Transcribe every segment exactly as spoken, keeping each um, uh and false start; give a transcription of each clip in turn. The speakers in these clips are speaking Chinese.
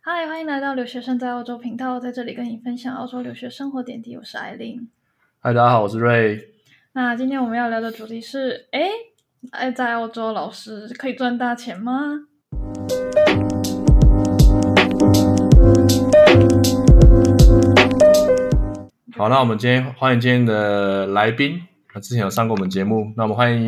嗨，欢迎来到留学生在澳洲频道，在这里跟你分享澳洲留学生活点滴，我是艾琳。 嗨，大家好，我是瑞。 那今天我们要聊的主题是，诶，爱在澳洲老师可以赚大钱吗？ 好，那我们今天欢迎今天的来宾，他之前有上过我们节目，那我们欢迎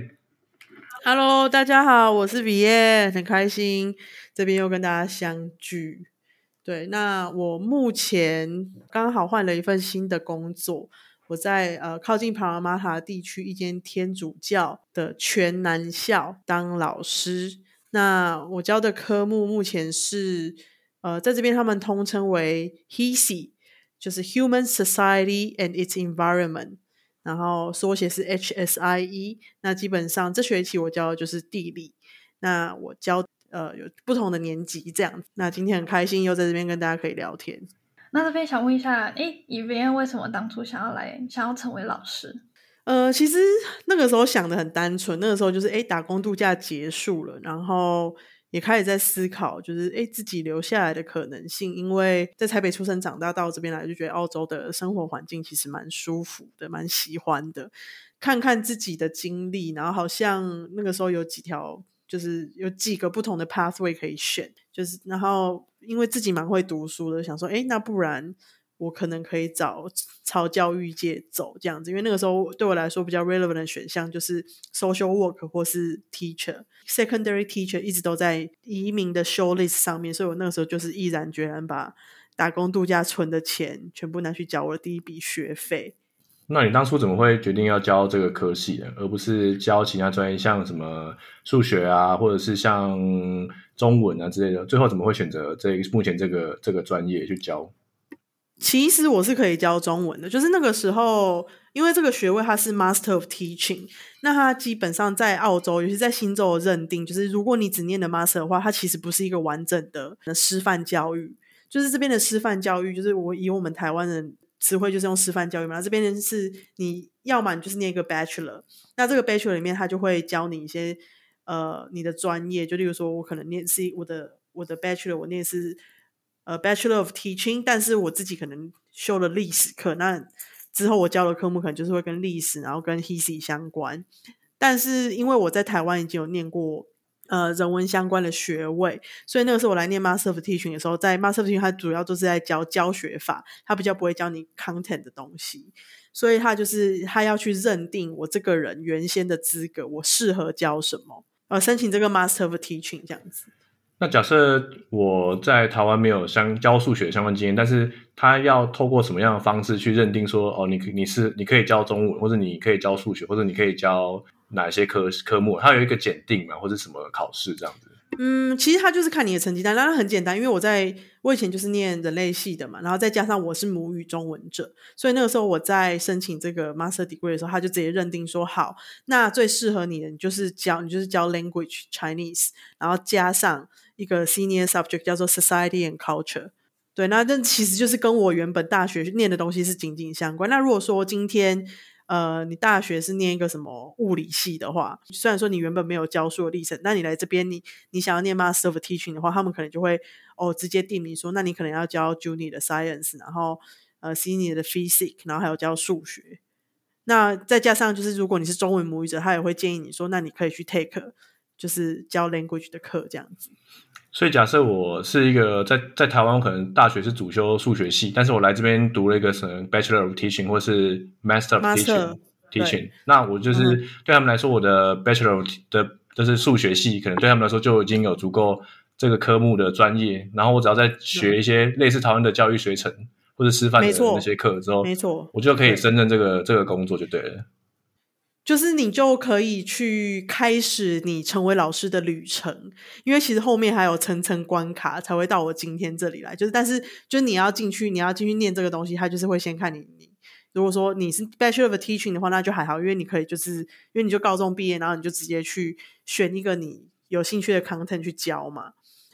Vian。 Hello， 大家好，我是 Vian， 很开心这边又跟大家相聚。对，那我目前刚好换了一份新的工作，我在呃靠近帕拉马塔地区一间天主教的全男校当老师。那我教的科目目前是呃在这边他们通称为 H E S I， 就是 Human Society and its Environment。然后缩写是 H S I E。 那基本上这学期我教的就是地理，那我教呃有不同的年级这样。那今天很开心又在这边跟大家可以聊天。 那这边想问一下，诶，以别为什么当初想要来想要成为老师？ 呃，其实那个时候想的很单纯，那个时候就是诶打工度假结束了，然后也开始在思考就是诶自己留下来的可能性。因为在台北出生长大，到这边来就觉得澳洲的生活环境其实蛮舒服的，蛮喜欢的。看看自己的经历，然后好像那个时候有几条就是有几个不同的 pathway 可以选，就是然后因为自己蛮会读书的，想说诶那不然我可能可以找朝教育界走这样子。因为那个时候对我来说比较 relevant 的选项就是 social work 或是 teacher secondary teacher 一直都在移民的 show list 上面，所以我那个时候就是毅然决然把打工度假存的钱全部拿去缴我的第一笔学费。 那你当初怎么会决定要教这个科系呢，而不是教其他专业，像什么数学啊，或者是像中文啊之类的？最后怎么会选择这目前这个这个专业去教？ 其实我是可以教中文的，就是那个时候因为这个学位它是 Master of Teaching， 那它基本上在澳洲尤其在新州的认定，就是如果你只念的 Master 的话，它其实不是一个完整的师范教育。就是这边的师范教育，就是我以我们台湾人词汇就是用师范教育嘛，这边是你要么你就是念一个 Bachelor， 那这个 Bachelor 里面他就会教你一些呃你的专业，就例如说我可能念是我的我的 Bachelor 我念是呃 Bachelor of Teaching， 但是我自己可能修了历史课，那之后我教的科目可能就是会跟历史然后跟 H E S I 相关。但是因为我在台湾已经有念过呃人文相关的学位，所以那个时候我来念 Master of Teaching 的时候，在 Master of Teaching 它主要都是在教教学法，它比较不会教你 content 的东西，所以它就是它要去认定我这个人原先的资格，我适合教什么，呃，申请这个 Master of Teaching 这样子。 那假设我在台湾没有相教数学相关经验，但是他要透过什么样的方式去认定说，哦，你你是你可以教中文，或者你可以教数学，或者你可以教哪些科科目？它有一个检定嘛，或者什么考试这样子？ 嗯，其实它就是看你的成绩单，那它很简单，因为我在我以前就是念人类系的嘛，然后再加上我是母语中文者，所以那个时候我在申请这个 master degree 的时候，他就直接认定说，好，那最适合你的你就是教你就是教 language Chinese， 然后加上一个 senior subject 叫做 society and culture。对，那这其实就是跟我原本大学念的东西是紧紧相关。那如果说今天呃，你大学是念一个什么物理系的话，虽然说你原本没有教书的历程，但你来这边你你想要念 Master of Teaching 的话，他们可能就会哦直接定你说，那你可能要教 Junior 的 Science， 然后呃 Senior 的 Physics， 然后还有教数学。那再加上就是如果你是中文母语者，他也会建议你说，那你可以去 take 就是教 language 的课这样子。 所以假设我是一个在在台湾可能大学是主修数学系，但是我来这边读了一个什么 Bachelor of Teaching 或是 Master of Teaching Teaching， 那我就是、嗯、对他们来说，我的 Bachelor 的就是数学系，可能对他们来说就已经有足够这个科目的专业，然后我只要再学一些类似台湾的教育学程或者师范的那些课之后， 没错， 我就可以胜任这个这个工作就对了。 就是你就可以去开始你成为老师的旅程，因为其实后面还有层层关卡才会到我今天这里来。就是但是就是你要进去，你要进去念这个东西，他就是会先看你你如果说你是 Bachelor of Teaching 的话，那就还好，因为你可以就是因为你就高中毕业，然后你就直接去选一个你有兴趣的 content 去教嘛。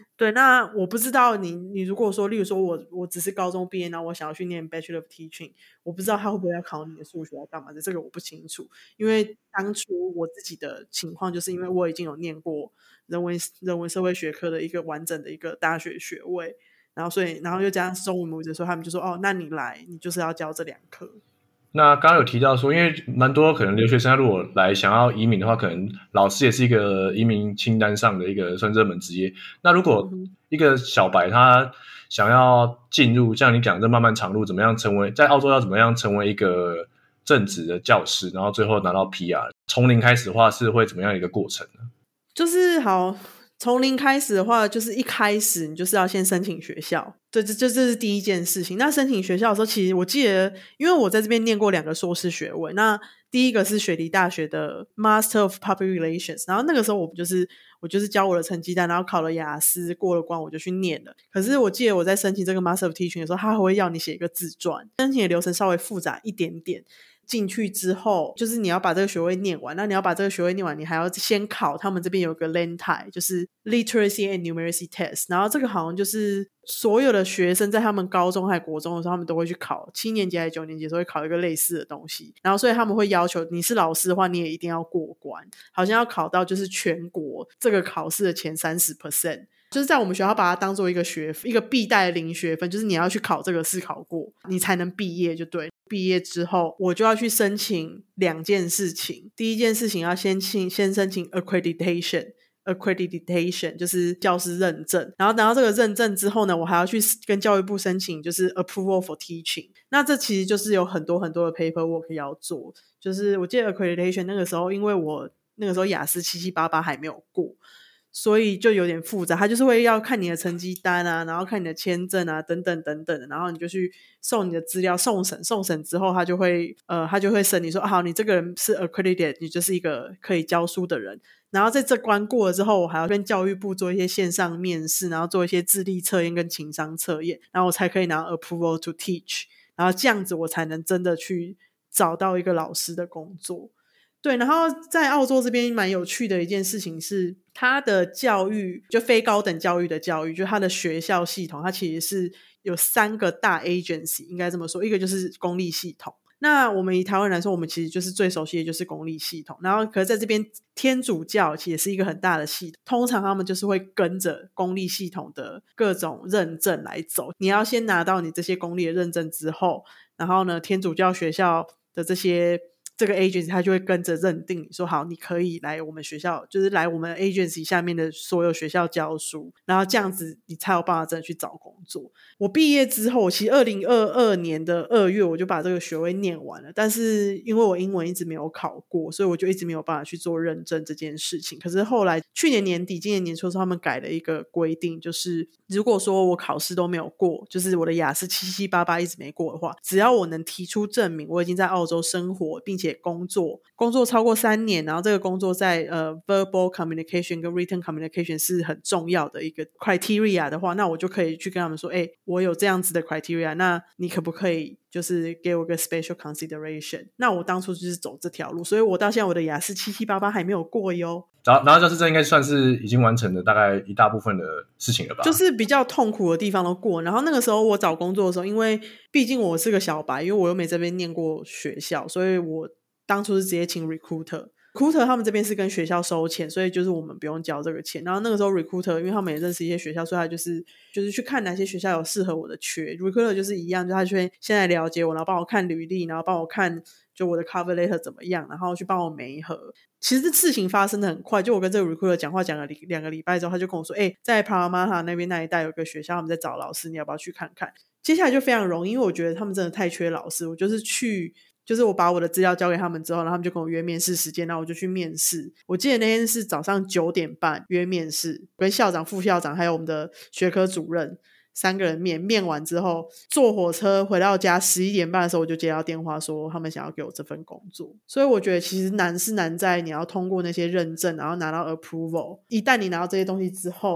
对，那我不知道你你如果说例如说我我只是高中毕业，然后我想要去念 Bachelor of Teaching， 我不知道他会不会要考你的数学要干嘛的，这个我不清楚。因为当初我自己的情况就是因为我已经有念过人文人文社会学科的一个完整的一个大学学位，然后所以然后又加上中文母语的时候，他们就说哦，那你来你就是要教这两科。 那刚刚有提到说，因为蛮多可能留学生如果来想要移民的话，可能老师也是一个移民清单上的一个算热门职业。那如果一个小白他想要进入像你讲这漫漫长路，怎么样成为在澳洲要怎么样成为一个正职的教师，然后最后拿到 P R， 从零开始的话是会怎么样的一个过程呢？ 就是好从零开始的话，就是一开始你就是要先申请学校，对，这这这是第一件事情。那申请学校的时候，其实我记得，因为我在这边念过两个硕士学位，那第一个是雪梨大学的 Master of Public Relations， 然后那个时候我就是我就是交我的成绩单，然后考了雅思，过了关我就去念了。可是我记得我在申请这个 Master of Teaching 的时候，他还会要你写一个自传，申请的流程稍微复杂一点点。进去之后就是你要把这个学位念完，那你要把这个学位念完，你还要先考他们这边有个 L A N T A I， 就是 Literacy and Numeracy Test， 然后这个好像就是所有的学生在他们高中还国中的时候他们都会去考，七年级还是九年级的时候会考一个类似的东西，然后所以他们会要求你是老师的话你也一定要过关，好像要考到就是全国这个考试的前 百分之三十，就是在我们学校把它当做一个学一个必带的零学分，就是你要去考这个试考过你才能毕业就对。毕业之后我就要去申请两件事情，第一件事情要先请先申请 accreditation accreditation 就是教师认证，然后拿到这个认证之后呢，我还要去跟教育部申请就是 approval for teaching， 那这其实就是有很多很多的 paperwork 要做。就是我记得 accreditation 那个时候因为我那个时候雅思七七八八还没有过，所以就有点复杂，他就是会要看你的成绩单啊，然后看你的签证啊等等等等，然后你就去送你的资料送审，送审之后他就会呃他就会审你说、啊、好你这个人是 accredited， 你就是一个可以教书的人，然后在这关过了之后我还要跟教育部做一些线上面试，然后做一些智力测验跟情商测验，然后我才可以拿 approval to teach， 然后这样子我才能真的去找到一个老师的工作。对，然后在澳洲这边蛮有趣的一件事情是它的教育就非高等教育的教育，就它的学校系统它其实是有三个大 agency， 应该这么说，一个就是公立系统，那我们以台湾来说我们其实就是最熟悉的就是公立系统，然后可是在这边天主教其实也是一个很大的系统，通常他们就是会跟着公立系统的各种认证来走，你要先拿到你这些公立的认证之后，然后呢天主教学校的这些这个 agency 他就会跟着认定你说好你可以来我们学校，就是来我们 agency 下面的所有学校教书，然后这样子你才有办法真的去找工作。我毕业之后其实二零二二年的二月我就把这个学位念完了，但是因为我英文一直没有考过，所以我就一直没有办法去做认证这件事情。可是后来去年年底今年年初的时候他们改了一个规定，就是如果说我考试都没有过，就是我的雅思七七八八一直没过的话，只要我能提出证明我已经在澳洲生活并且工作工作超过三年，然后这个工作在呃 verbal communication 跟 written communication 是很重要的一个 criteria 的话，那我就可以去跟他们说哎、欸，我有这样子的 criteria， 那你可不可以就是给我个 special consideration。 那我当初就是走这条路，所以我到现在我的雅思七七八八还没有过哟。 然后，然后就是这应该算是已经完成的大概一大部分的事情了吧？ 就是比较痛苦的地方都过。然后那个时候我找工作的时候，因为毕竟我是个小白，因为我又没这边念过学校，所以我当初是直接请 recruiter。recruiter 他们这边是跟学校收钱，所以就是我们不用交这个钱。然后那个时候 recruiter 因为他们也认识一些学校，所以他就是就是去看哪些学校有适合我的缺。recruiter 就是一样，就他就会现在了解我，然后帮我看履历，然后帮我看就我的 cover letter 怎么样，然后去帮我媒合。其实事情发生的很快，就我跟这个 recruiter 讲话讲了两个礼拜之后，他就跟我说哎、欸，在 Parramatta 那边那一带有个学校他们在找老师，你要不要去看看。接下来就非常容易，因为我觉得他们真的太缺老师，我就是去就是我把我的资料交给他们之后，然后他们就跟我约面试时间，然后我就去面试。我记得那天是早上九点半约面试，跟校长副校长还有我们的学科主任三个人面，面完之后坐火车回到家，十一点半的时候我就接到电话说他们想要给我这份工作。所以我觉得其实难是难在你要通过那些认证，然后拿到 approval。一旦你拿到这些东西之后，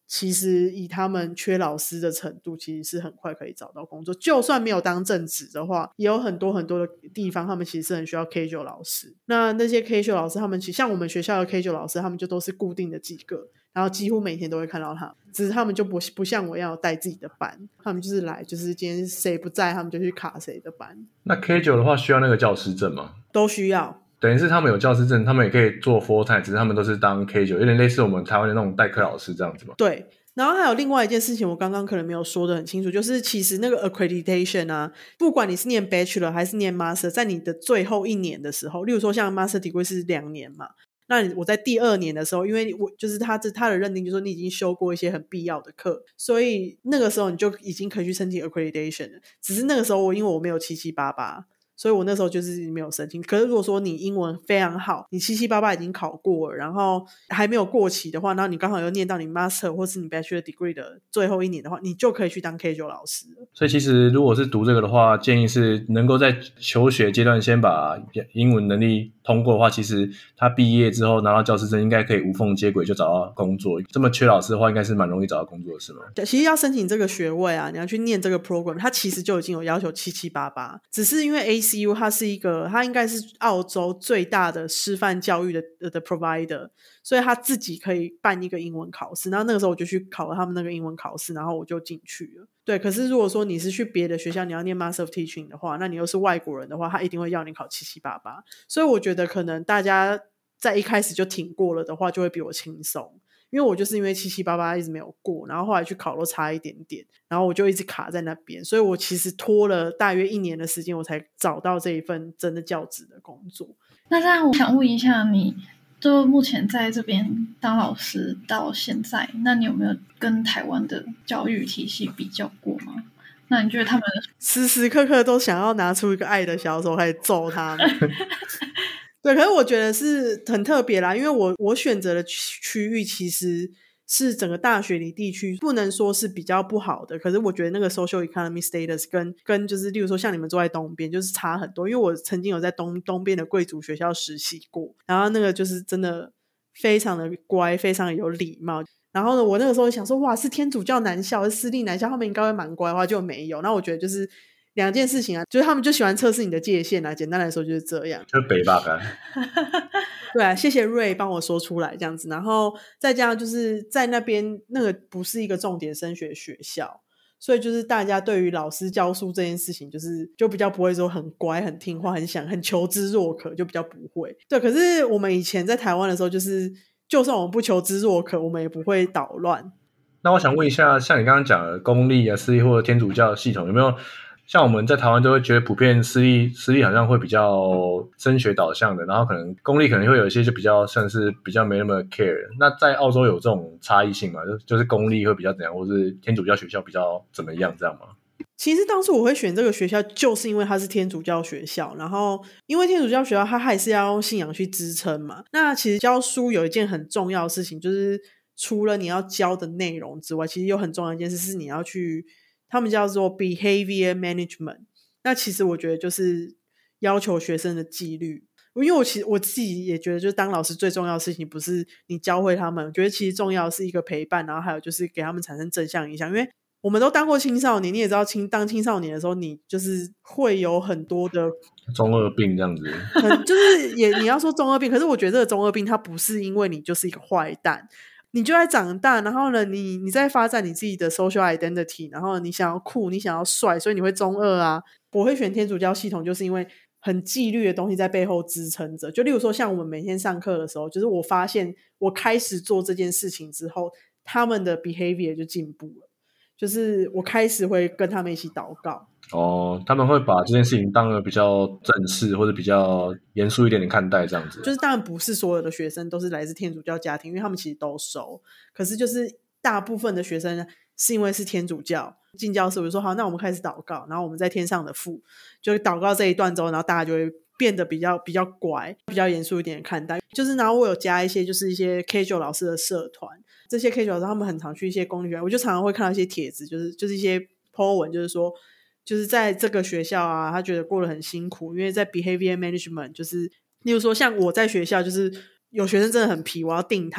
其实以他们缺老师的程度，其实是很快可以找到工作，就算没有当正职的话，也有很多很多的地方他们其实很需要 K 九 老师。那那些 K 九 老师他们其实像我们学校的 K 九 老师，他们就都是固定的几个，然后几乎每天都会看到他，只是他们就不不像我一样有带自己的班，他们就是来就是今天谁不在他们就去卡谁的班。 那 K 九 的话需要那个教师证吗？ 都需要， 等于是他们有教师证，他们也可以做 full time， 只是他们都是当 K 九， 有点类似我们台湾的那种代课老师这样子嘛。 对，然后还有另外一件事情我刚刚可能没有说的很清楚，就是其实那个 accreditation 啊，不管你是念 bachelor 还是念 master， 在你的最后一年的时候，例如说像 master degree 是两年嘛，那我在第二年的时候，因为我就是他他的认定就是说你已经修过一些很必要的课，所以那个时候你就已经可以去申请 accreditation 了。只是那个时候我因为我没有七七八八，所以我那时候就是没有申请。可是如果说你英文非常好，你七七八八已经考过了，然后还没有过期的话，然后你刚好又念到你 master 或是你 bachelor degree 的最后一年的话，你就可以去当 K 九 老师了。 所以其实如果是读这个的话，建议是能够在求学阶段先把英文能力通过的话，其实他毕业之后拿到教师证应该可以无缝接轨就找到工作。这么缺老师的话，应该是蛮容易找到工作的，是吗？ 对，其实要申请这个学位啊，你要去念这个 program， 它其实就已经有要求七七八八，只是因为 A C U 它是一个，它应该是澳洲最大的师范教育的的 provider， 所以他自己可以办一个英文考试。然后那个时候我就去考了他们那个英文考试，然后我就进去了。对，可是如果说你是去别的学校，你要念 Master of Teaching 的话，那你又是外国人的话，他一定会要你考七七八八。所以我觉得可能大家在一开始就挺过了的话，就会比我轻松。因为我就是因为七七八八一直没有过，然后后来去考都差一点点，然后我就一直卡在那边，所以我其实拖了大约一年的时间，我才找到这一份真的教职的工作。 那这样我想问一下，你就目前在这边当老师到现在，那你有没有跟台湾的教育体系比较过吗？那你觉得他们时时刻刻都想要拿出一个爱的小手开始揍他们对，可是我觉得是很特别啦，因为我我选择的区域其实是整个大学里地区，不能说是比较不好的，可是我觉得那个 social economy status 跟跟就是例如说像你们住在东边就是差很多。因为我曾经有在东东边的贵族学校实习过，然后那个就是真的非常的乖，非常的有礼貌。然后呢，我那个时候想说哇，是天主教男校是私立男校，他们应该会蛮乖的话，就没有。那我觉得就是两件事情啊，就是他们就喜欢测试你的界限啊，简单来说就是这样， 就北霸干对啊，谢谢瑞帮我说出来这样子。然后再加上就是在那边那个不是一个重点升学学校，所以就是大家对于老师教书这件事情就是就比较不会说很乖很听话很想很求知若渴，就比较不会。对，可是我们以前在台湾的时候，就是就算我们不求知若渴，我们也不会捣乱。 那我想问一下，像你刚刚讲的公立啊、私立或者天主教系统，有没有像我们在台湾都会觉得普遍私立私立好像会比较升学导向的，然后可能公立可能会有一些就比较算是比较没那么 care。那在澳洲有这种差异性吗？就就是公立会比较怎样，或是天主教学校比较怎么样，这样吗？ 其实当初我会选这个学校就是因为它是天主教学校，然后因为天主教学校它还是要用信仰去支撑嘛。那其实教书有一件很重要的事情，就是除了你要教的内容之外，其实有很重要的一件事是你要去，他们叫做 behavior management。 那其实我觉得就是要求学生的纪律。因为我其实我自己也觉得就是当老师最重要的事情不是你教会他们，我觉得其实重要的是一个陪伴，然后还有就是给他们产生正向影响。因为我们都当过青少年，你也知道青当青少年的时候你就是会有很多的中二病这样子很就是也你要说中二病，可是我觉得这个中二病它不是因为你就是一个坏蛋，你就在长大，然后呢你你在发展你自己的 social identity， 然后你想要酷你想要帅，所以你会中二啊。我会选天主教系统就是因为很纪律的东西在背后支撑着。就例如说像我们每天上课的时候，就是我发现我开始做这件事情之后，他们的 behavior 就进步了，就是我开始会跟他们一起祷告。 哦，他们会把这件事情当得比较正式或者比较严肃一点点看待，这样子。 就是当然不是所有的学生都是来自天主教家庭，因为他们其实都熟，可是就是大部分的学生是因为是天主教进教室，我就说好，那我们开始祷告，然后我们在天上的父，就祷告这一段之后，然后大家就会变得比较比较乖，比较严肃一点的看待。就是然后我有加一些就是一些 K 九 老师的社团，这些 K 九 老师他们很常去一些公立学校，我就常常会看到一些帖子，就是就是一些 po 文，就是说就是在这个学校啊他觉得过得很辛苦，因为在 behavior management 就是例如说像我在学校就是有学生真的很皮，我要定他，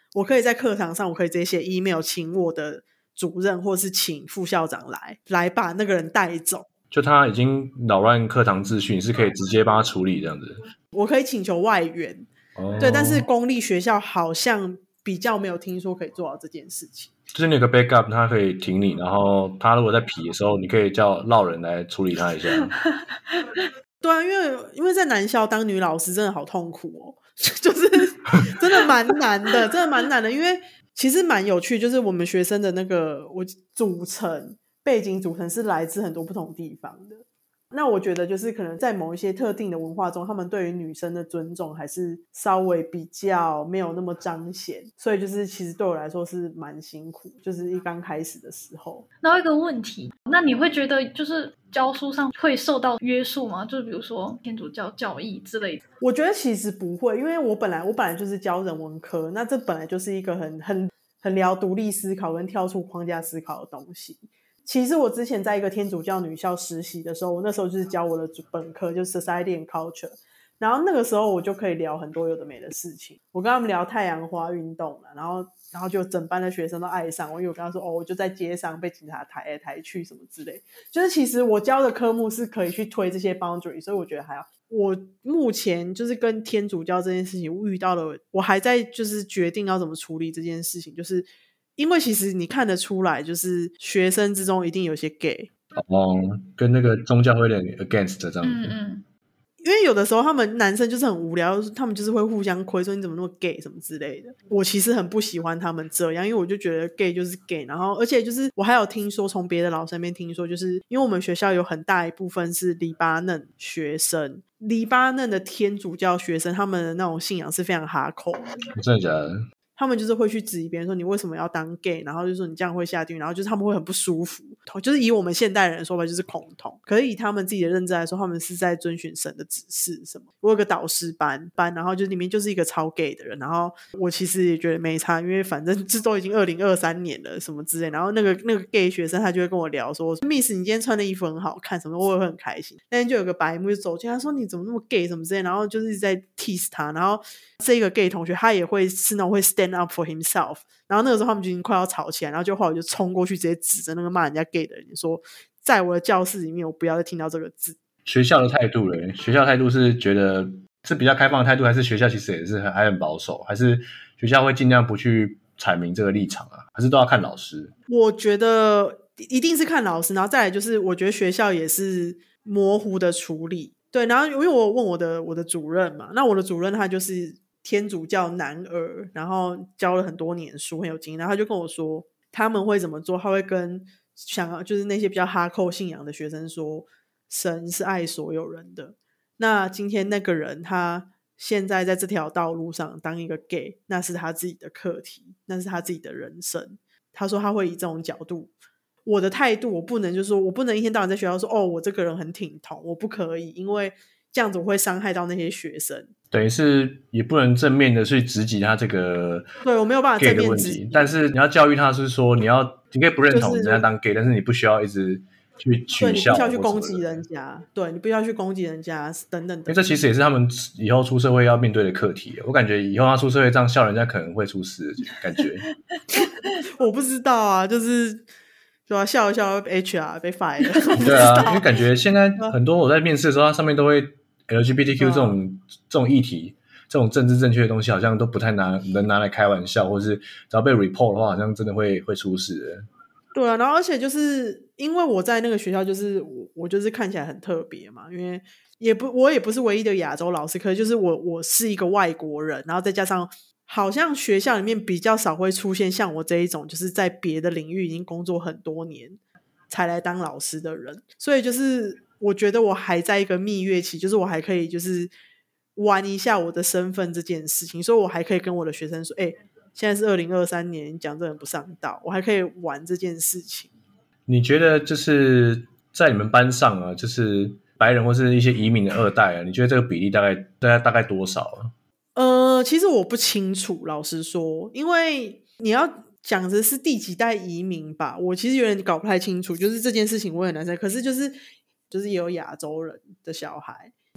我可以在课堂上我可以直接写 email 请我的主任或是请副校长来来把那个人带走， 就他已经扰乱课堂秩序，你是可以直接帮他处理这样子。 我可以请求外援、哦、对，但是公立学校好像比较没有听说可以做到这件事情， 就是你有个 backup 他可以挺你，然后他如果在皮的时候你可以叫落人来处理他一下。 对啊，因为因为在男校当女老师真的好痛苦哦，就是真的蛮难的，真的蛮难的。因为其实蛮有趣，就是我们学生的那个我组成背景组成是来自很多不同地方的。那我觉得就是可能在某一些特定的文化中，他们对于女生的尊重还是稍微比较没有那么彰显，所以就是其实对我来说是蛮辛苦，就是一刚开始的时候。 然后一个问题，那你会觉得就是教书上会受到约束吗？就比如说天主教教义之类的。 我觉得其实不会，因为我本来我本来就是教人文科，那这本来就是一个很很很聊独立思考跟跳出框架思考的东西。其实我之前在一个天主教女校实习的时候，我那时候就是教我的本科，就是 Society and Culture， 然后那个时候我就可以聊很多有的没的事情，我跟他们聊太阳花运动了，然后然后就整班的学生都爱上我，因为我跟他说哦，我就在街上被警察抬来抬去什么之类，就是其实我教的科目是可以去推这些 boundary， 所以我觉得还好。我目前就是跟天主教这件事情遇到了，我还在就是决定要怎么处理这件事情，就是因为其实你看得出来，就是学生之中一定有些 gay 哦，跟那个宗教会有点 against 这样子。 嗯嗯， 因为有的时候他们男生就是很无聊，他们就是会互相亏说你怎么那么 gay 什么之类的。我其实很不喜欢他们这样，因为我就觉得 gay 就是 gay， 然后而且就是我还有听说从别的老师那边听说，就是因为我们学校有很大一部分是黎巴嫩学生，黎巴嫩的天主教学生他们的那种信仰是非常哈口的。 真的假的？ 他们就是会去质疑别人说你为什么要当 gay， 然后就说你这样会下地狱，然后就是他们会很不舒服，就是以我们现代人的说法就是恐同，可是以他们自己的认知来说，他们是在遵循神的指示什么。我有个导师班班，然后就里面就是一个超 gay 的人，然后我其实也觉得没差，因为反正这都已经二零二三年了什么之类，然后那个那个 gay 学生他就会跟我聊说 Miss 你今天穿的衣服很好看什么，我也会很开心。那天就有个白目就走进来，他说你怎么那么 gay 什么之类，然后就是一直在 tease 他，然后这个 gay 同学他也会是那种会 stand up for himself， 然后那个时候他们就已经快要吵起来，然后就后来我就冲过去直接指着那个骂人家 gay 的人说，在我的教室里面我不要再听到这个字。 学校的态度嘞，学校态度是觉得是比较开放的态度，还是学校其实也是还很保守，还是学校会尽量不去阐明这个立场啊？还是都要看老师？ 我觉得一定是看老师，然后再来就是我觉得学校也是模糊的处理。对，然后因为我问我的我的主任嘛，那我的主任他就是天主教男儿，然后教了很多年书，很有经验，然后他就跟我说他们会怎么做，他会跟想要就是那些比较哈扣信仰的学生说，神是爱所有人的，那今天那个人他现在在这条道路上当一个 gay， 那是他自己的课题，那是他自己的人生。他说他会以这种角度，我的态度我不能就是说我不能一天到晚在学校说哦我这个人很挺同，我不可以，因为这样子我会伤害到那些学生， 等于是也不能正面的去直击他这个 gay 对我没有办法正面直击，但是你要教育他是说你要你可以不认同人家当 gay、就是、但是你不需要一直去取笑， 对，你不需要去攻击人家，对，你不需要去攻击人家等等等，因为这其实也是他们以后出社会要面对的课题。我感觉以后他出社会这样笑人家可能会出事的感觉。 我不知道啊，就是对啊，笑一笑 H R 被 fire 对啊，因为感觉现在很多我在面试的时候，它上面都会 L G B T Q 这种、嗯、这种议题，这种政治正确的东西，好像都不太拿能拿来开玩笑，或是只要被 report 的话，好像真的会会出事的。 对啊，然后而且就是因为我在那个学校，就是我我就是看起来很特别嘛，因为也不我也不是唯一的亚洲老师，可是就是我我是一个外国人，然后再加上好像学校里面比较少会出现像我这一种就是在别的领域已经工作很多年才来当老师的人，所以就是我觉得我还在一个蜜月期，就是我还可以就是玩一下我的身份这件事情，所以我还可以跟我的学生说哎、欸现在是二零二三年，你讲这人不上道，我还可以玩这件事情。 你觉得就是在你们班上啊，就是白人或是一些移民的二代啊，你觉得这个比例大概大概大概多少啊？ 呃，其实我不清楚，老实说，因为你要讲的是第几代移民吧，我其实有点搞不太清楚。就是这件事情我很难猜，可是就是就是也有亚洲人的小孩，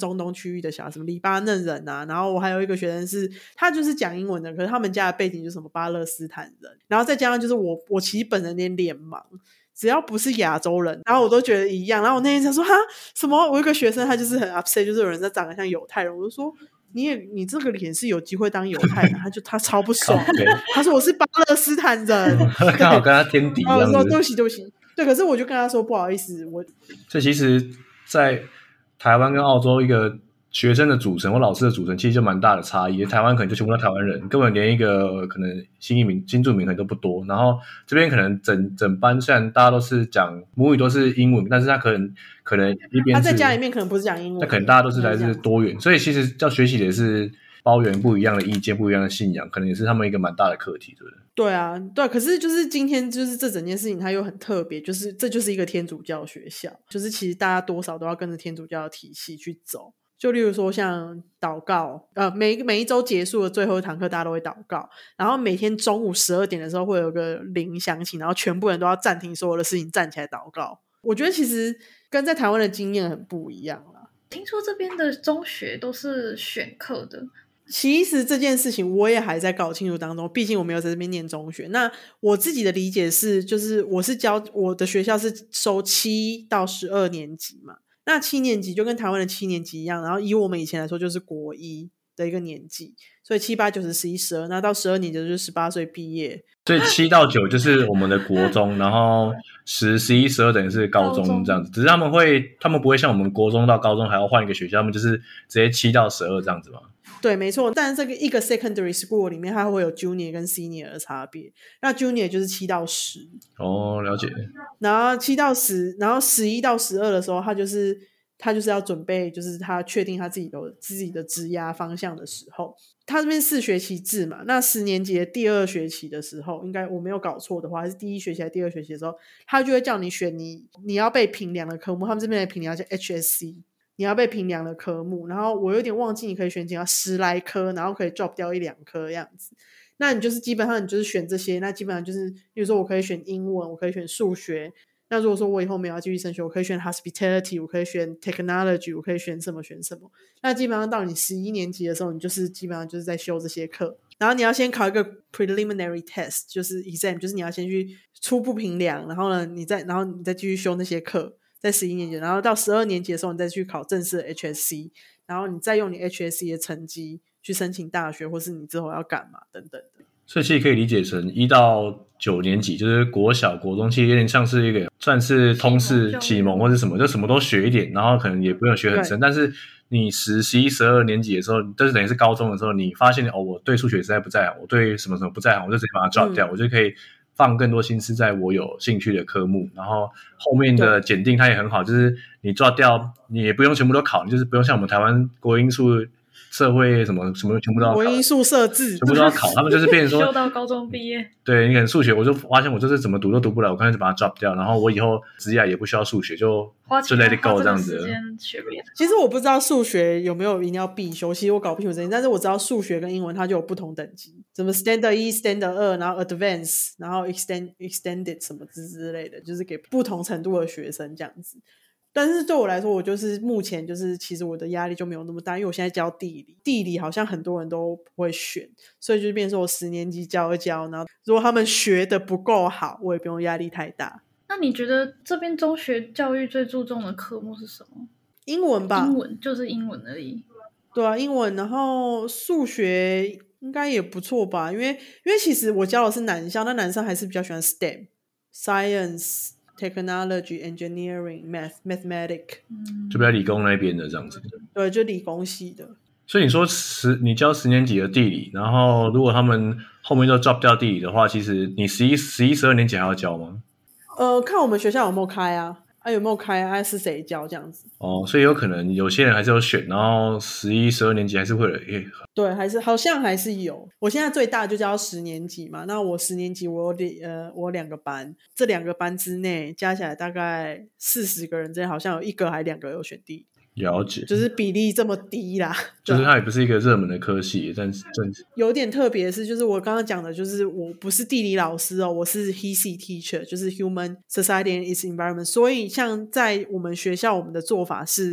中东区域的小孩，什么黎巴嫩人啊，然后我还有一个学生是他就是讲英文的，可是他们家的背景就是什么巴勒斯坦人，然后再加上就是我我其实本人有点脸盲，只要不是亚洲人然后我都觉得一样，然后我那天才说哈什么，我有一个学生他就是很 upset， 就是有人在长得像犹太人，我就说你也你这个脸是有机会当犹太人，他就他超不爽他说我是巴勒斯坦人刚好跟他天敌这样子， 我说对不起对不起，对，可是我就跟他说不好意思，我所以其实在台湾跟澳洲一个学生的组成或老师的组成其实就蛮大的差异，台湾可能就全部都台湾人，根本连一个可能新移民新住民可能都不多，然后这边可能整整班虽然大家都是讲母语都是英文，但是他可能可能一边是他在家里面可能不是讲英文， 那可能大家都是来自多元，所以其实要学习的也是包容不一样的意见不一样的信仰，可能也是他们一个蛮大的课题，对不对？ 对啊对啊，可是就是今天就是这整件事情它又很特别，就是这就是一个天主教学校，就是其实大家多少都要跟着天主教的体系去走，就例如说像祷告呃，每每一周结束的最后一堂课大家都会祷告，然后每天中午十二点的时候会有个铃响起，然后全部人都要暂停所有的事情站起来祷告，我觉得其实跟在台湾的经验很不一样啦。 听说这边的中学都是选课的， 其实这件事情我也还在搞清楚当中，毕竟我没有在这边念中学。那我自己的理解是，就是我是教我的学校是收七到十二年级嘛，那七年级就跟台湾的七年级一样，然后以我们以前来说就是国一的一个年纪，所以七八九十十一十二，那到十二年级就是十八岁毕业， 所以七到九就是我们的国中，然后十、十一、十二等于是高中这样子，只是他们会他们不会像我们国中到高中还要换一个学校，他们就是直接七到十二这样子嘛。 对，没错，但是这个一个 secondary school 里面它会有 junior 跟 senior 的差别，那 junior 就是七到十， 哦，了解。 然后七到十，然后十一到十二的时候，他就是他就是要准备，就是他确定他自己的自己的职涯方向的时候，他这边四学期制嘛，那十年级的第二学期的时候，应该我没有搞错的话，还是第一学期还是第二学期的时候，他就会叫你选你你要被评量的科目，他们这边的评量叫 H S C。你要被评量的科目，然后我有点忘记你可以选几个十来科，然后可以 drop 掉一两科样子，那你就是基本上你就是选这些，那基本上就是比如说我可以选英文，我可以选数学，那如果说我以后没有要继续升学，我可以选 hospitality， 我可以选 technology， 我可以选什么选什么，那基本上到你十一年级的时候，你就是基本上就是在修这些课，然后你要先考一个 preliminary test， 就是 exam， 就是你要先去初步评量，然后呢你再然后你再继续修那些课，在十一年级，然后到十二年级的时候你再去考正式的 H S C， 然后你再用你 H S C 的成绩去申请大学，或是你之后要干嘛等等的。 所以其实可以理解成一到九年级就是国小国中，其实有点像是一个算是通识启蒙或是什么，就什么都学一点，然后可能也不用学很深，但是你十、十一、十二年级的时候，就是等于是高中的时候，你发现哦，我对数学实在不在行，我对什么什么不在行，我就直接把它 drop 掉，嗯、我就可以放更多心思在我有兴趣的科目，然后后面的检定它也很好，就是你抓掉，你也不用全部都考，你就是不用像我们台湾国英数、社会什么什么全部都要考， 国英数设置全部都要考，他们就是变成说修到高中毕业。 对，你可能数学，我就发现我就是怎么读都读不了，我干脆就把它 drop 掉，然后我以后职业也不需要数学，就就 let it go 这样子。 其实我不知道数学有没有一定要必修，其实我搞不清楚这件事，但是我知道数学跟英文它就有不同等级，什么 standard 一 standard 二，然后 advanced， 然后 extend extended 什么之之类的，就是给不同程度的学生这样子。但是对我来说，我就是目前就是其实我的压力就没有那么大，因为我现在教地理，地理好像很多人都不会选，所以就变成说我十年级教一教，然后如果他们学的不够好，我也不用压力太大。 那你觉得这边中学教育最注重的科目是什么？ 英文吧， 英文就是英文而已。 对啊，英文，然后数学应该也不错吧，因为因为其实我教的是男校，那男生还是比较喜欢 S T E M Science。Technology, Engineering, Math, Mathematics， 就比较理工那边的这样子。 对，就理工系的。 所以你说十，你教十年级的地理，然后如果他们后面就 drop 掉地理的话，其实你十一、十一、十二年级还要教吗？ 呃，看我们学校有没有开啊，啊有没有开啊，是谁教这样子。 哦，所以有可能有些人还是有选，然后十一、十二年级还是会有。 对，还是好像还是有。我现在最大就教十年级嘛，那我十年级我有呃我有两个班，这两个班之内加起来大概四十个人之内，好像有一个还两个有选地理。 了解， 就是比例这么低啦， 就是它也不是一个热门的科系，但是有点特别的是，就是我刚刚讲的，就是我不是地理老师哦，我是 H E C teacher， 就是 Human Society and its Environment。所以像在我们学校，我们的做法是，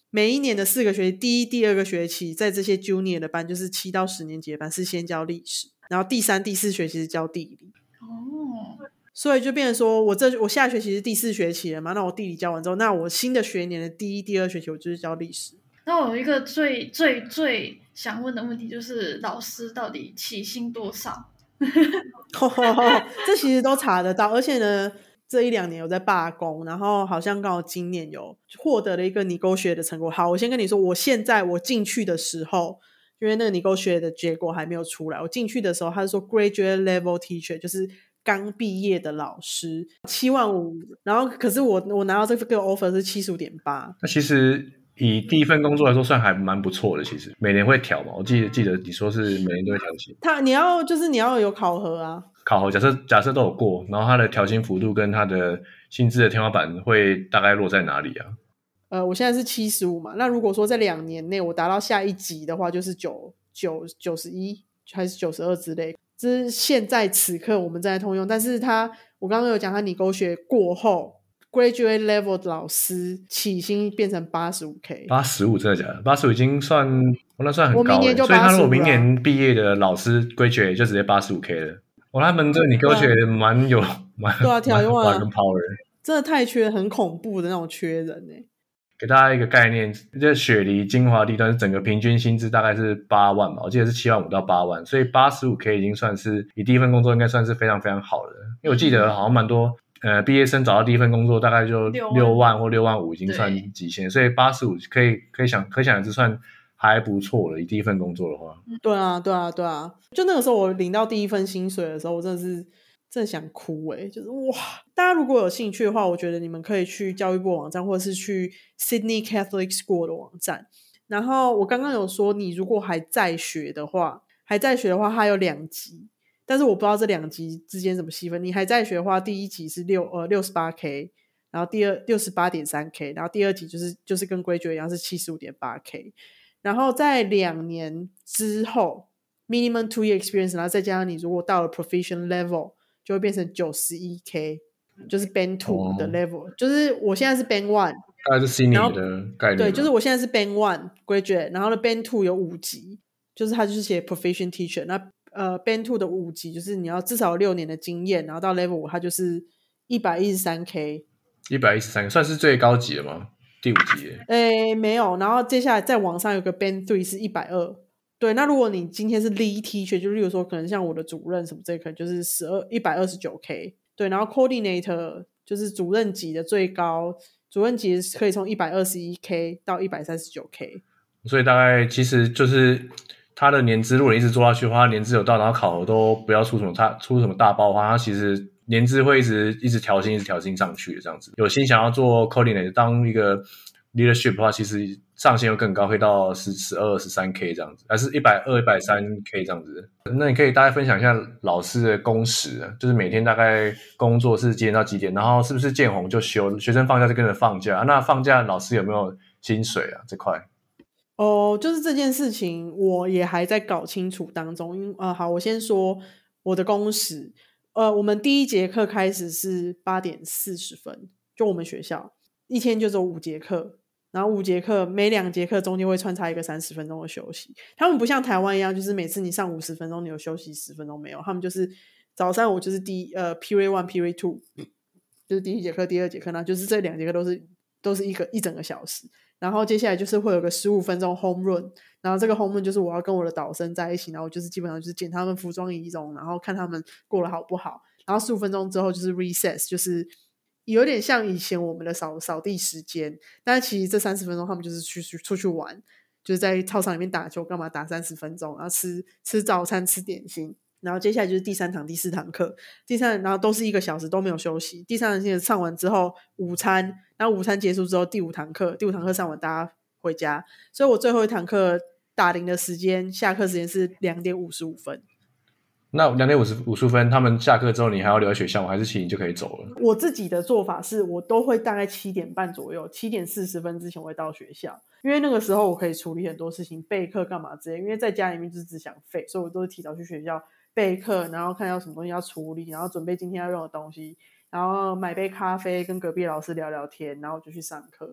每一年的四个学期，第一、第二个学期在这些 junior 的班，就是七到十年级的班是先教历史，然后第三、第四学期是教地理。 哦， 所以就变成说我这我下学期是第四学期了嘛，那我地理教完之后，那我新的学年的第一、第二学期我就是教历史。 那我有一个最最最想问的问题，就是老师到底起薪多少？ 这其实都查得到，而且呢这一两年有在罢工，然后好像刚好今年有获得了一个 negotiate 的成果。好，我先跟你说，我现在我进去的时候，因为那个 negotiate 的结果还没有出来，我进去的时候他是说 graduate level teacher， 就是刚毕业的老师，七万五，然后可是我我拿到这个 offer 是七十五点八。 那其实以第一份工作来说，算还蛮不错的。其实每年会调嘛，我记得记得你说是每年都会调薪。 他你要就是你要有考核啊， 考核假设假设都有过，然后它的调薪幅度跟它的薪资的天花板会大概落在哪里啊？ 呃，我现在是七十五嘛，那如果说在两年内我达到下一级的话，就是九九九十一还是九十二之类。这是现在此刻我们正在通用，但是他我刚刚有讲他negotiate过后 graduate level 的老师起薪变成 八十五 K。 八十五真的假的？八十五已经算那算很高了。 我明年就所以他如果八十五明年毕业的老师 graduate 就直接 八十五 K 了。哇，他们这 negotiate 蛮有蛮对啊，调用啊， 跟 power， 真的太缺，很恐怖的那种缺人欸。 给大家一个概念，这雪梨精华地段整个平均薪资大概是八万吧，我记得是七万五到八万，所以 八十五 K 已经算是以第一份工作应该算是非常非常好的。因为我记得好像蛮多呃毕业生找到第一份工作大概就六万或六万五已经算极限，所以八十五可以可以想可想而知算还不错了，以第一份工作的话。 对啊对啊对啊，就那个时候我领到第一份薪水的时候，我真的是真的想哭欸，就是哇！大家如果有兴趣的话，我觉得你们可以去教育部网站，或者是去 Sydney Catholic School 的网站。然后我刚刚有说，你如果还在学的话，还在学的话，它有两级，但是我不知道这两级之间怎么细分。你还在学的话，第一级是六呃六十八 K， 然后第二六十八点三 K， 然后第二级就是就是跟graduate一样是七十五点八 K， 然后在两年之后 minimum two year experience， 然后再加上你如果到了 proficient level，就会变成 九十一 K， 就是 band two 的 level，、哦、就是我现在是 band one， 大概是 senior 的概念。 对，就是我现在是 band one graduate， 然后呢 band two 有五级，就是他就是写 proficient teacher， 那呃 band two 的五级就是你要至少有六年的经验，然后到 level 五它就是一百一十三 K， 一百一十三算是最高级了吗？第五级耶？ 诶没有，然后接下来再往上有个 band three 是一百二。对，那如果你今天是 lead teacher， 就例如说可能像我的主任什么这可能就是一百二十九 K。 对，然后 coordinator 就是主任级的最高，主任级可以从一百二十一 K 到一百三十九 K。 所以大概其实就是他的年资如果你一直做下去的话，年资有到然后考核都不要出什么大出什么大爆的话，他其实年资会一直一直调薪一直调薪上去这样子。有心想要做 coordinator 当一个 leadership 的话，其实上限又更高，可以到十二、十三 K 这样子，还是一百二、一百三 K 这样子。那你可以大概分享一下老师的工时啊，就是每天大概工作是几点到几点，然后是不是见红就休，学生放假就跟着放假？那放假老师有没有薪水啊？这块？ 哦，就是这件事情我也还在搞清楚当中。因呃，好，我先说我的工时。呃，我们第一节课开始是八点四十分，就我们学校一天就只有五节课。然后五节课每两节课中间会穿插一个三十分钟的休息，他们不像台湾一样就是每次你上五十分钟你有休息十分钟，没有，他们就是早上我就是第呃 period one period two， 就是第一节课第二节课，那就是这两节课都是都是一个一整个小时，然后接下来就是会有个十五分钟 home run， 然后这个 home run 就是我要跟我的导生在一起，然后就是基本上就是检他们服装仪容，然后看他们过得好不好，然后十五分钟之后就是 recess， 就是有点像以前我们的扫扫地时间，但其实这三十分钟他们就是去出去玩，就是在操场里面打球干嘛打三十分钟，然后吃吃早餐吃点心，然后接下来就是第三堂第四堂课，第三然后都是一个小时都没有休息，第三堂课上完之后午餐，然后午餐结束之后第五堂课第五堂课上完大家回家，所以我最后一堂课打铃的时间下课时间是两点五十五分。 那两点五十五十分他们下课之后你还要留在学校吗？还是其实你就可以走了？ 我自己的做法是我都会大概七点半左右七点四十分之前会到学校，因为那个时候我可以处理很多事情，备课干嘛之类，因为在家里面就是只想废，所以我都是提早去学校备课，然后看到什么东西要处理，然后准备今天要用的东西，然后买杯咖啡跟隔壁老师聊聊天，然后就去上课。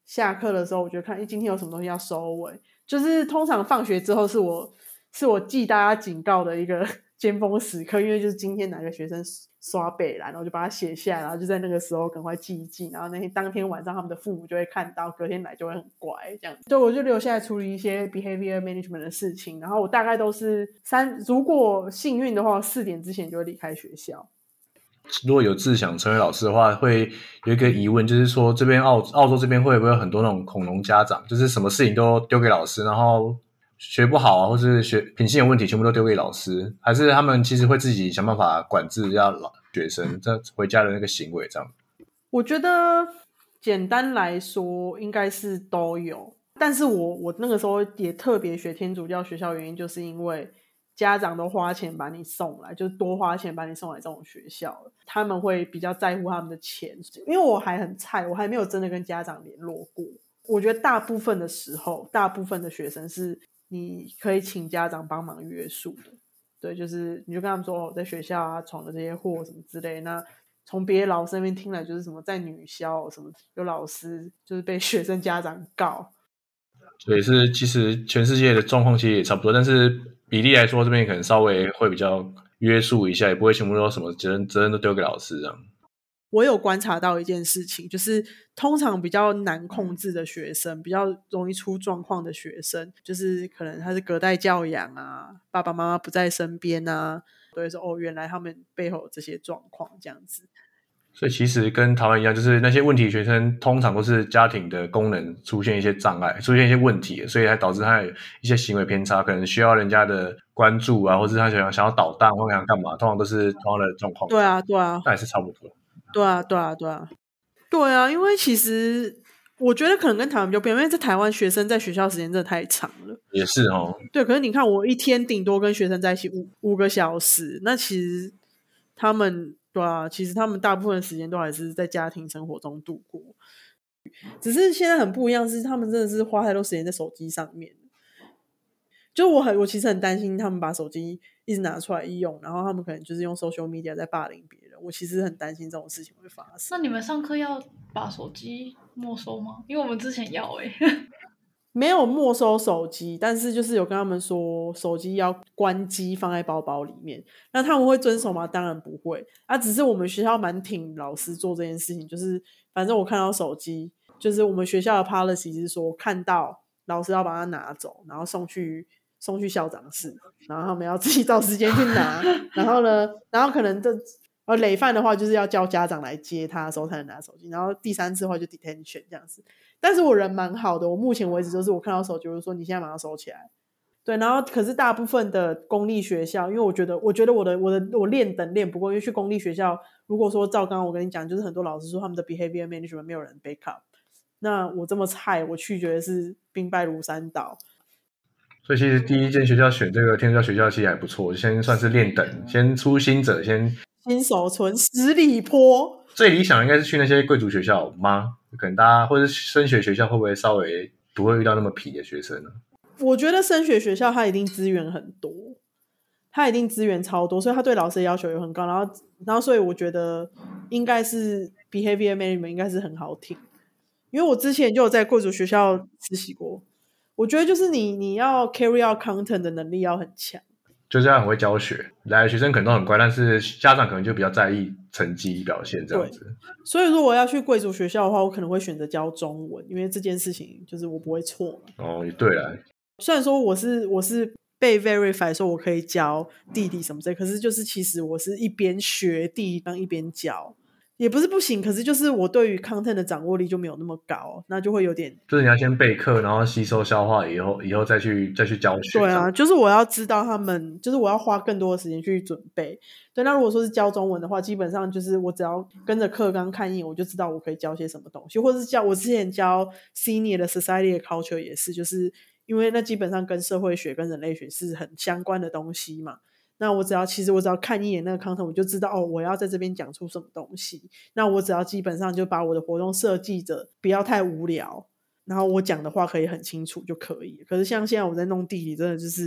下课的时候我就看诶今天有什么东西要收尾，就是通常放学之后是我是我记大家警告的一个尖峰时刻，因为就是今天哪个学生刷背啦，然后就把它写下来，然后就在那个时候赶快记一记，然后那天当天晚上他们的父母就会看到，隔天来就会很乖这样。对，我就留下来处理一些 behavior management 的事情，然后我大概都是三，如果幸运的话四点之前就会离开学校。 如果有志想成为老师的话，会有一个疑问，就是说这边澳澳洲这边会不会有很多那种恐龙家长，就是什么事情都丢给老师，然后学不好啊，或是学品性有问题全部都丢给老师，还是他们其实会自己想办法管制要学生这回家的那个行为这样？ 我觉得简单来说应该是都有，但是我我那个时候也特别学天主教学校，原因就是因为家长都花钱把你送来，就是多花钱把你送来这种学校，他们会比较在乎他们的钱。因为我还很菜，我还没有真的跟家长联络过。我觉得大部分的时候，大部分的学生是你可以请家长帮忙约束的。对，就是你就跟他们说，我在学校啊闯了这些祸什么之类的。那从别的老师那边听来就是什么在女校什么有老师就是被学生家长告。 所以是其实全世界的状况其实也差不多，但是比例来说这边可能稍微会比较约束一下，也不会全部都什么责任责任都丢给老师这样。 我有观察到一件事情，就是通常比较难控制的学生，比较容易出状况的学生，就是可能他是隔代教养啊，爸爸妈妈不在身边啊，都会说哦，原来他们背后有这些状况这样子。 所以其实跟台湾一样，就是那些问题学生通常都是家庭的功能出现一些障碍，出现一些问题，所以才导致他有一些行为偏差，可能需要人家的关注啊，或者他想想要捣蛋或想干嘛，通常都是同样的状况。 对啊，对啊， 那也是差不多。 对啊，对啊，对啊，对啊，因为其实我觉得可能跟台湾比较不一样，因为在台湾学生在学校时间真的太长了。 也是哦。 对，可是你看我一天顶多跟学生在一起五五个小时，那其实他们对啊，其实他们大部分的时间都还是在家庭生活中度过。只是现在很不一样，是他们真的是花太多时间在手机上面。就我很我其实很担心他们把手机一直拿出来用，然后他们可能就是用 social media 在霸凌别人。我其实很担心这种事情会发生。 那你们上课要把手机没收吗？因为我们之前要欸没有没收手机，但是就是有跟他们说手机要关机放在包包里面。那他们会遵守吗？当然不会啊，只是我们学校蛮挺老师做这件事情，就是反正我看到手机，就是我们学校的 policy 是说看到老师要把它拿走，然后送去送去校长室，然后他们要自己找时间去拿然后呢然后可能这呃累犯的话就是要叫家长来接他的时候才能拿手机，然后第三次的话就 detention 这样子。但是我人蛮好的，我目前为止就是我看到手机我就说你现在马上收起来。对，然后可是大部分的公立学校，因为我觉得我觉得我的我的我练等练不过，因为去公立学校如果说照刚刚我跟你讲，就是很多老师说他们的 behavior management 没有人 back up， 那我这么菜我去觉得是兵败如山倒。 所以其实第一间学校选这个天主教学校其实还不错，先算是练等，先初心者，先新手村十里坡。 最理想应该是去那些贵族学校吗？可能大家或者升学学校会不会稍微不会遇到那么痞的学生呢？ 我觉得升学学校它一定资源很多，它一定资源超多，所以它对老师的要求也很高，然后然后所以我觉得应该是 behavior management 应该是很好听。因为我之前就有在贵族学校实习过，我觉得就是你你要 carry out content 的能力要很强， 就是要很会教学，来的学生可能都很乖，但是家长可能就比较在意成绩表现这样子。 所以如果要去贵族学校的话，我可能会选择教中文，因为这件事情就是我不会错嘛。 哦，也对啦。 虽然说我是我是被 verify 说我可以教地理什么之类，可是就是其实我是一边学地当一边教。也不是不行，可是就是我对于 content 的掌握力就没有那么高，那就会有点就是你要先备课，然后吸收消化以后以后再去再去教学。 对啊，就是我要知道他们，就是我要花更多的时间去准备。对，那如果说是教中文的话，基本上就是我只要跟着课纲看一眼，我就知道我可以教些什么东西，或者是教我之前教 senior 的 society 的 culture 也是，就是因为那基本上跟社会学跟人类学是很相关的东西嘛。那我只要其实我只要看一眼那个 content 我就知道哦，我要在这边讲出什么东西。那我只要基本上就把我的活动设计着不要太无聊，然后我讲的话可以很清楚就可以。可是像现在我在弄地理真的就是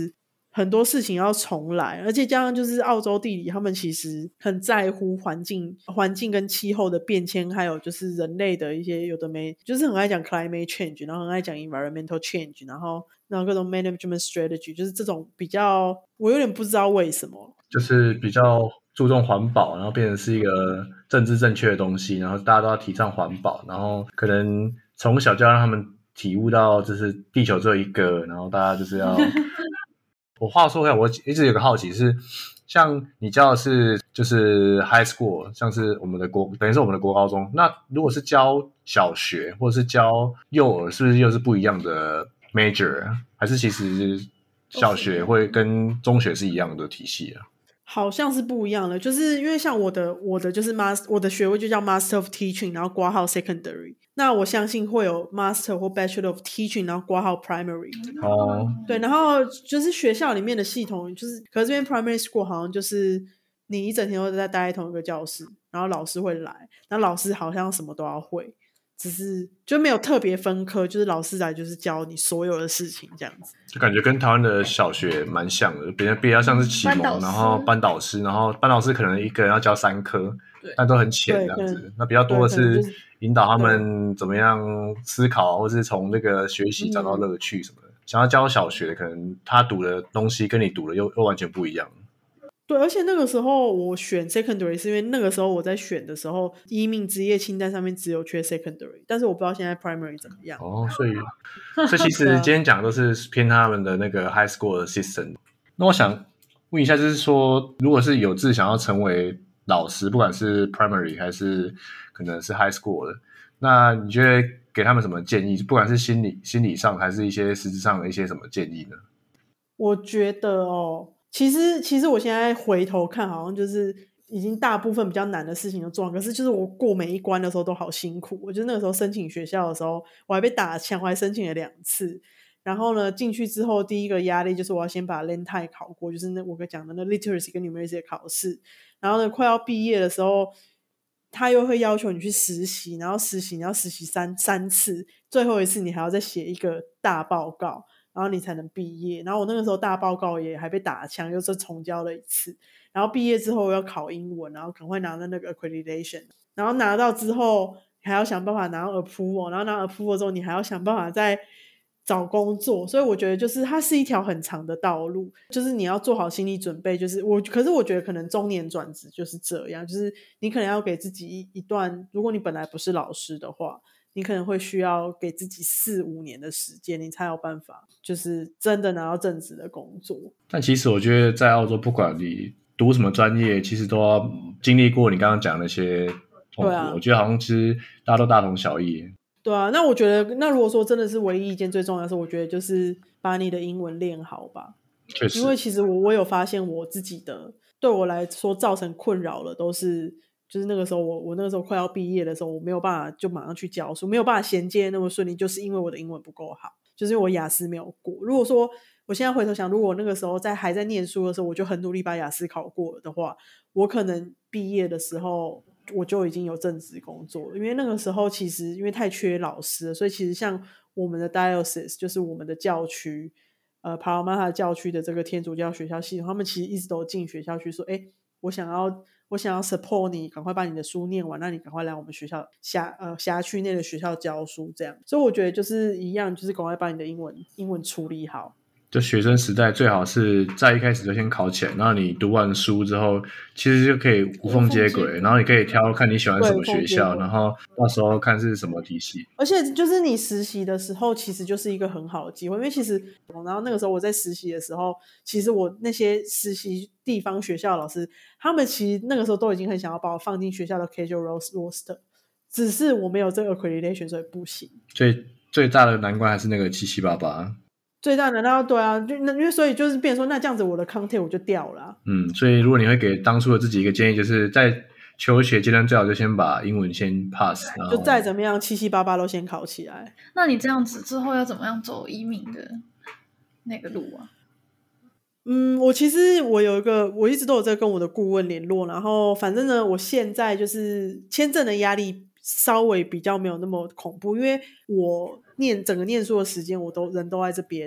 很多事情要重来，而且加上就是澳洲地理，他们其实很在乎环境、环境跟气候的变迁，还有就是人类的一些有的没，就是很爱讲 climate change， 然后很爱讲 environmental change， 然后然后各种 management strategy， 就是这种比较，我有点不知道为什么， 就是比较注重环保，然后变成是一个政治正确的东西，然后大家都要提倡环保，然后可能从小就要让他们体悟到，就是地球只有一个，然后大家就是要。我话说回来，我一直有个好奇是，像你教的是就是 high school， 像是我们的国，等于是我们的国高中。那如果是教小学或者是教幼儿，是不是又是不一样的 major？ 还是其实小学会跟中学是一样的体系啊？ 好像是不一样的，就是因为像我的我的就是 master， 我的学位就叫 Master of Teaching， 然后括号 Secondary。那我相信会有 Master 或 Bachelor of Teaching， 然后括号 Primary。 哦， 对，然后就是学校里面的系统，就是可是这边 Primary School 好像就是你一整天都在待在同一个教室，然后老师会来，然后老师好像什么都要会。只是就没有特别分科，就是老师来就是教你所有的事情这样子， 就感觉跟台湾的小学蛮像的，比较比较像是启蒙，然后班导师，然后班导师可能一个人要教三科，但都很浅这样子。那比较多的是引导他们怎么样思考，或是从那个学习找到乐趣什么的。嗯、想要教小学的，可能他读的东西跟你读的又又完全不一样。 对，而且那个时候我选 secondary 是因为那个时候我在选的时候，移民职业清单上面只有缺 secondary， 但是我不知道现在 primary 怎么样。 哦，所以所以其实今天讲的都是偏他们的那个 high school 的 system。那我想问一下，就是说，如果是有志想要成为老师，不管是 primary 还是可能是 high school 的，那你觉得给他们什么建议？不管是心理心理上，还是一些实质上的一些什么建议呢？ 我觉得哦。其实，其实我现在回头看，好像就是已经大部分比较难的事情都做完。可是，就是我过每一关的时候都好辛苦。我觉得那个时候申请学校的时候，我还被打枪，我还申请了两次。然后呢，进去之后，第一个压力就是我要先把 Lentide 考过，就是那我跟讲的那 Literacy 跟 Numeracy 的考试。然后呢，快要毕业的时候，他又会要求你去实习，然后实习你要实习三三次，最后一次你还要再写一个大报告。然后你才能毕业，然后我那个时候大报告也还被打枪，又是重交了一次。然后毕业之后要考英文，然后赶快拿到那个 accreditation， 然后拿到之后还要想办法拿到 approval， 然后拿到 approval 之后你还要想办法再找工作。所以我觉得就是它是一条很长的道路，就是你要做好心理准备。就是我可是我觉得可能中年转职就是这样，就是你可能要给自己一段，如果你本来不是老师的话，你可能会需要给自己四五年的时间，你才有办法就是真的拿到正职的工作。 但其实我觉得在澳洲，不管你读什么专业，其实都要经历过你刚刚讲的那些痛苦。啊、我觉得好像其实大家都大同小异。 对啊，那我觉得那如果说真的是唯一一件最重要的事，我觉得就是把你的英文练好吧。 确实， 因为其实我我有发现我自己的对我来说造成困扰了，都是就是那个时候我我那个时候快要毕业的时候，我没有办法就马上去教书，没有办法衔接那么顺利，就是因为我的英文不够好，就是因为我雅思没有过。如果说我现在回头想，如果我那个时候在还在念书的时候，我就很努力把雅思考过了的话，我可能毕业的时候我就已经有正职工作了。因为那个时候其实因为太缺老师了，所以其实像我们的 diocese 就是我们的教区呃 Parramatta 教区的这个天主教学校系统，他们其实一直都进学校去说，诶我想要我想要 support 你，赶快把你的书念完，那你赶快来我们学校辖呃辖区内的学校教书这样。所以我觉得就是一样，就是赶快把你的英文英文处理好。 就学生时代最好是在一开始就先考起来，然后你读完书之后其实就可以无缝接轨，然后你可以挑看你喜欢什么学校，然后到时候看是什么体系。 而且就是你实习的时候其实就是一个很好的机会，因为其实然后那个时候我在实习的时候，其实我那些实习地方学校的老师，他们其实那个时候都已经很想要把我放进学校的 casual roster， 只是我没有这个 accreditation 所以不行。 最最大的难关还是那个七七八八， 最大难道对啊，就因为所以就是变成说，那这样子我的 content 我就掉了、啊。 嗯，所以如果你会给当初的自己一个建议，就是在求学阶段最好就先把英文先 pass， 然后就再怎么样七七八八都先考起来。 那你这样子之后要怎么样走移民的那个路啊？ 嗯，我其实我有一个，我一直都有在跟我的顾问联络，然后反正呢，我现在就是签证的压力稍微比较没有那么恐怖，因为我念整个念书的时间我都人都在这边，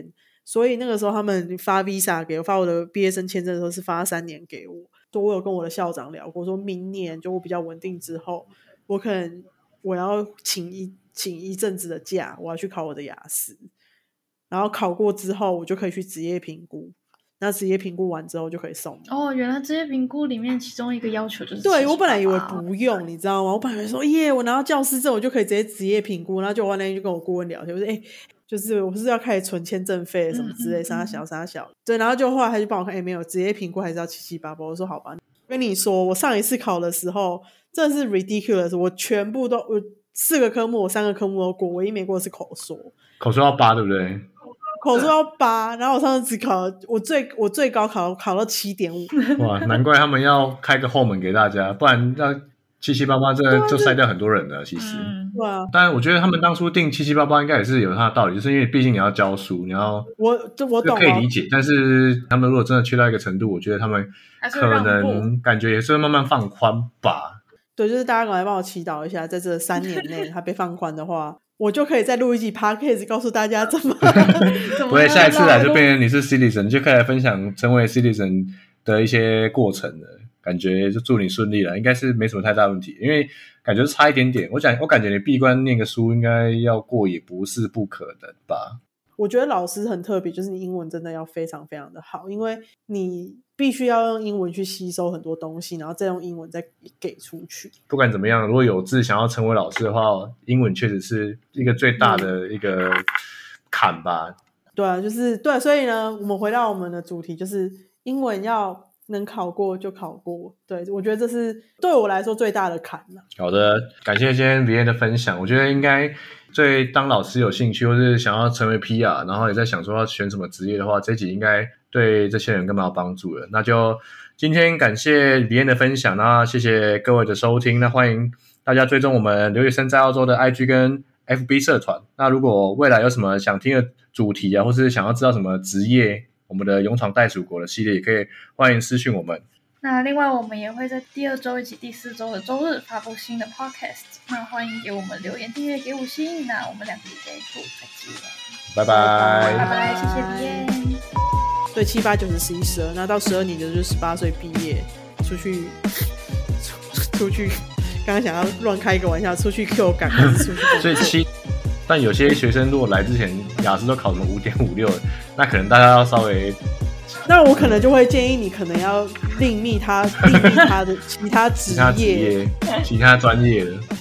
所以那个时候他们发 visa 给我，发我的毕业生签证的时候是发三年给我。所以我有跟我的校长聊过，说明年就我比较稳定之后，我可能我要请一请一阵子的假，我要去考我的雅思，然后考过之后我就可以去职业评估，那职业评估完之后就可以送。 哦，原来职业评估里面其中一个要求就是七七八八。 对，我本来以为不用，你知道吗？我本来说耶，我拿到教师证我就可以直接职业评估，然后就我那天就跟我顾问聊天，我说哎。就是我是要开始存签证费什么之类，啥小啥小，对，然后就后来他就帮我看，哎，没有职业评估还是要七七八八。我说好吧，跟你说，我上一次考的时候真的是 ridiculous， 我全部都我四个科目，我三个科目都过，唯一没过的是口说， 口说要八，对不对？ 口说要八，然后我上次只考我最我最高考考到七点五。 哇，难怪他们要开个后门给大家，不然让七七八八真的就筛掉很多人了。其实。 嗯对啊， 当然我觉得他们当初定七七八八应该也是有它的道理，就是因为毕竟你要教书，你要我我懂、啊、 可以理解，但是他们如果真的去到一个程度，我觉得他们可能感觉也是会慢慢放宽吧。 对，就是大家赶快帮我祈祷一下，在这三年内他被放宽的话我就可以再录一集 podcast 告诉大家怎么不会下一次来就变成你是 citizen， 你就可以来分享成为 citizen 的一些过程了，感觉就祝你顺利了，应该是没什么太大问题，因为感觉差一点点，我讲我感觉你闭关念个书应该要过也不是不可能吧。 我觉得老师很特别，就是你英文真的要非常非常的好，因为你必须要用英文去吸收很多东西，然后再用英文再给出去。 不管怎么样，如果有志想要成为老师的话，英文确实是一个最大的一个坎吧。嗯、 对啊，就是对，所以呢，我们回到我们的主题，就是英文要能考过就考过。对，我觉得这是对我来说最大的坎了。 好的，感谢今天 Vianne 的分享。我觉得应该对当老师有兴趣，或是想要成为 P R， 然后也在想说要选什么职业的话，这一集应该对这些人更蛮有帮助的。那就今天感谢 Vianne 的分享，那谢谢各位的收听，那欢迎大家追踪我们留学生在澳洲的 I G 跟 F B 社团。那如果未来有什么想听的主题啊，或是想要知道什么职业，我们的勇闯袋鼠国的系列也可以欢迎私讯我们。 那另外我们也会在第二周以及第四周的周日发布新的 podcast， 那欢迎给我们留言订阅给五星。那我们两个礼拜后再见， 拜拜拜拜，谢谢 Vianne。 对，七八九十十一十二，那到十二年就是十八岁毕业，出去出去，刚刚想要乱开一个玩笑，出去 Q 感还是出去所以七，但有些学生如果来之前雅思都考什么五点五六，那可能大家要稍微。 那我可能就会建议你，可能要另觅他另觅他的其他职业、 其他职业、其他专业的。